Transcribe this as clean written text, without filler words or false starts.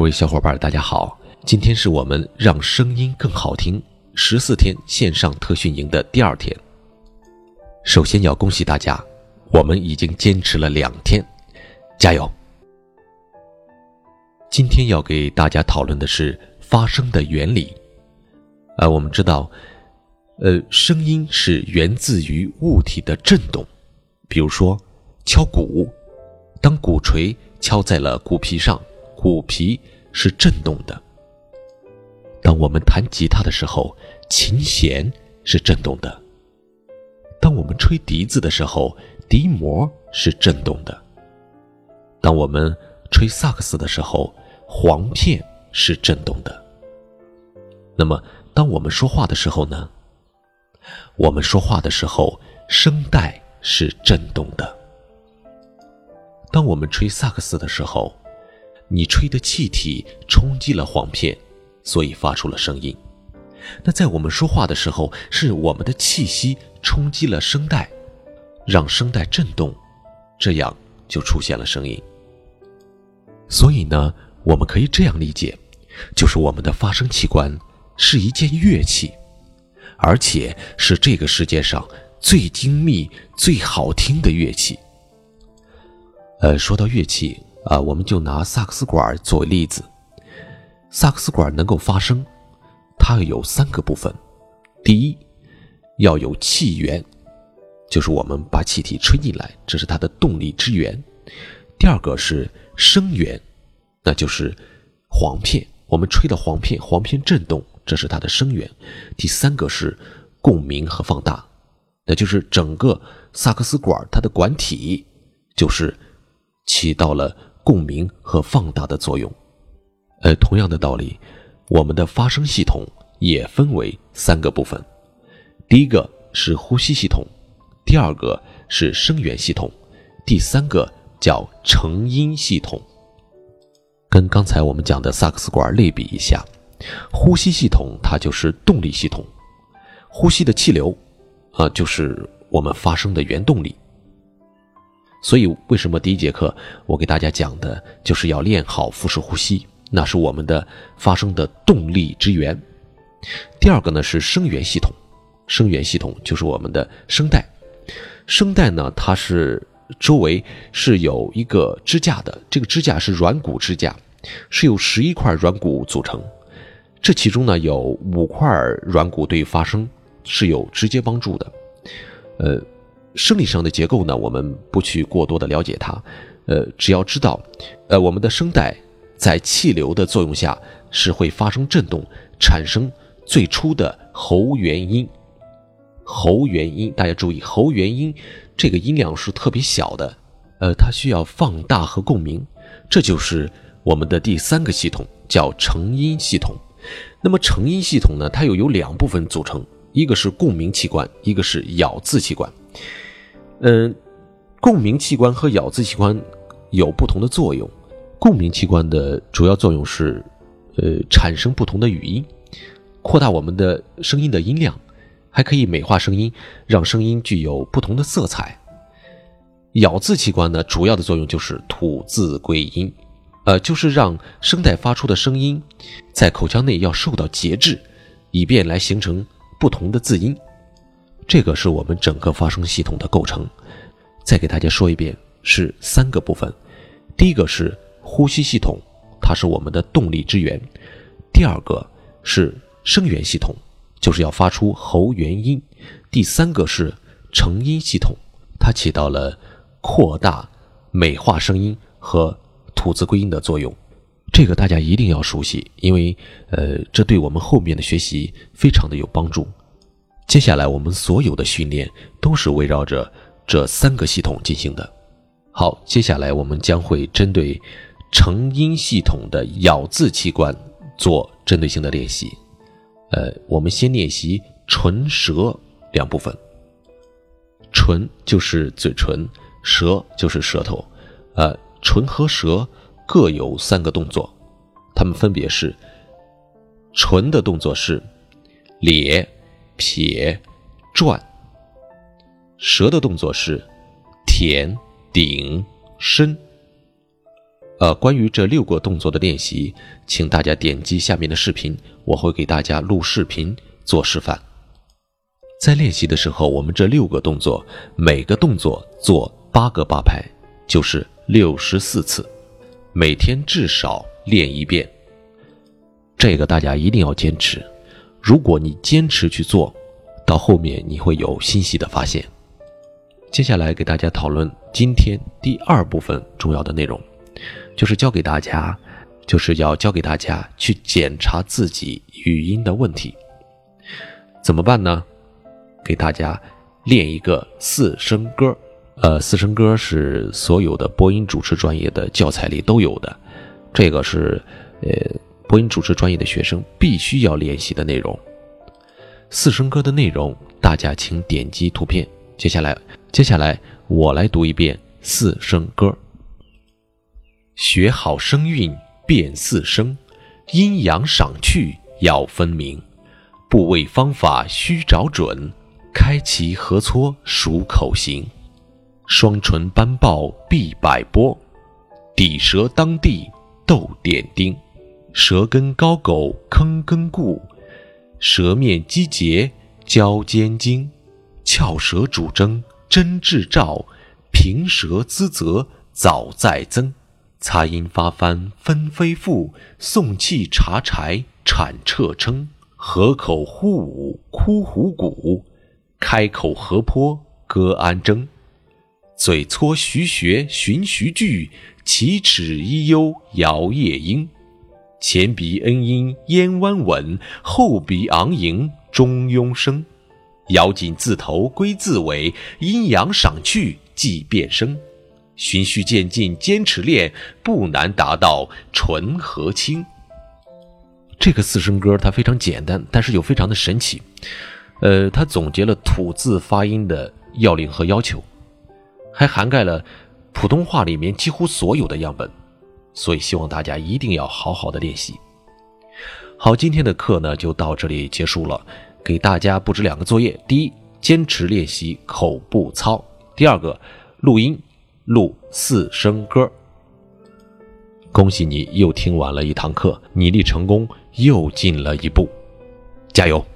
位小伙伴大家好，今天是我们让声音更好听14天线上特训营的第2天。首先要恭喜大家，我们已经坚持了2天，加油！今天要给大家讨论的是发声的原理。我们知道声音是源自于物体的振动，比如说敲鼓，当鼓槌敲在了鼓皮上，鼓皮是震动的。当我们弹吉他的时候，琴弦是震动的。当我们吹笛子的时候，笛膜是震动的。当我们吹萨克斯的时候，簧片是震动的。那么当我们说话的时候呢？我们说话的时候，声带是震动的。当我们吹萨克斯的时候，你吹的气体冲击了簧片，所以发出了声音。那在我们说话的时候，是我们的气息冲击了声带，让声带震动，这样就出现了声音。所以呢，我们可以这样理解，就是我们的发声器官是一件乐器，而且是这个世界上最精密、最好听的乐器。说到乐器我们就拿萨克斯管作为例子。萨克斯管能够发声，它有3个部分。第一，要有气源，就是我们把气体吹进来，这是它的动力之源。第二个是声源，那就是簧片，我们吹了簧片，簧片震动，这是它的声源。第3个是共鸣和放大，那就是整个萨克斯管它的管体就是起到了共鸣和放大的作用。同样的道理，我们的发声系统也分为3个部分。第一个是呼吸系统，第二个是声源系统，第3个叫成音系统。跟刚才我们讲的萨克斯管类比一下，呼吸系统它就是动力系统，呼吸的气流就是我们发声的原动力。所以为什么第1节课我给大家讲的就是要练好腹式呼吸，那是我们的发声的动力之源。第二个呢是声源系统，声源系统就是我们的声带。声带呢，它是周围是有一个支架的，这个支架是软骨支架，是由11块软骨组成。这其中呢有5块软骨对发声是有直接帮助的。生理上的结构呢，我们不去过多的了解它，只要知道我们的声带在气流的作用下是会发生震动，产生最初的喉元音。喉元音，大家注意，喉元音这个音量是特别小的，它需要放大和共鸣，这就是我们的第3个系统，叫成音系统。那么成音系统呢，它有2部分组成，一个是共鸣器官，一个是咬字器官。共鸣器官和咬字器官有不同的作用。共鸣器官的主要作用是产生不同的语音，扩大我们的声音的音量，还可以美化声音，让声音具有不同的色彩。咬字器官呢，主要的作用就是吐字归音，就是让声带发出的声音在口腔内要受到节制，以便来形成不同的字音。这个是我们整个发声系统的构成。再给大家说一遍，是3个部分。第一个是呼吸系统，它是我们的动力之源。第二个是声源系统，就是要发出喉元音。第3个是成音系统，它起到了扩大、美化声音和吐字归音的作用。这个大家一定要熟悉，因为这对我们后面的学习非常的有帮助。接下来我们所有的训练都是围绕着这3个系统进行的。好，接下来我们将会针对成音系统的咬字器官做针对性的练习。我们先练习唇舌2部分。唇就是嘴唇，舌就是舌头。唇和舌各有3个动作，它们分别是：唇的动作是咧、撇、转；舌的动作是舔、顶、伸。 关于这6个动作的练习，请大家点击下面的视频，我会给大家录视频做示范。在练习的时候，我们这6个动作，每个动作做8个8拍，就是64次，每天至少练1遍。这个大家一定要坚持，如果你坚持去做，到后面你会有欣喜的发现。接下来给大家讨论今天第2部分重要的内容，就是要教给大家去检查自己语音的问题。怎么办呢？给大家练一个4声歌。4声歌是所有的播音主持专业的教材里都有的，这个是播音主持专业的学生必须要练习的内容。4声歌的内容，大家请点击图片。接下来我来读一遍4声歌。学好声韵辨4声，阴阳赏去要分明，部位方法须找准，开齐合撮数口型，双唇斑豹必摆拨，抵舌当地斗点丁，舌根高狗坑根固，舌面机结交尖经，翘舌主争真志照，平舌滋责早再增，擦音发翻分飞复，送气查柴产彻称，合口呼舞哭虎鼓，开口合坡歌安争，嘴搓徐学循徐句，齐齿一幽摇夜莺，前鼻恩音咽弯稳，后鼻昂迎中庸声，咬紧字头归字尾，阴阳赏去即变声，循序渐进坚持练，不难达到纯和清。这个4声歌它非常简单，但是又非常的神奇。它总结了吐字发音的要领和要求，还涵盖了普通话里面几乎所有的样本，所以希望大家一定要好好的练习。好，今天的课呢就到这里结束了，给大家布置2个作业。第一，坚持练习口部操；第2个，录音录4声歌。恭喜你又听完了一堂课，你离成功又近了一步，加油！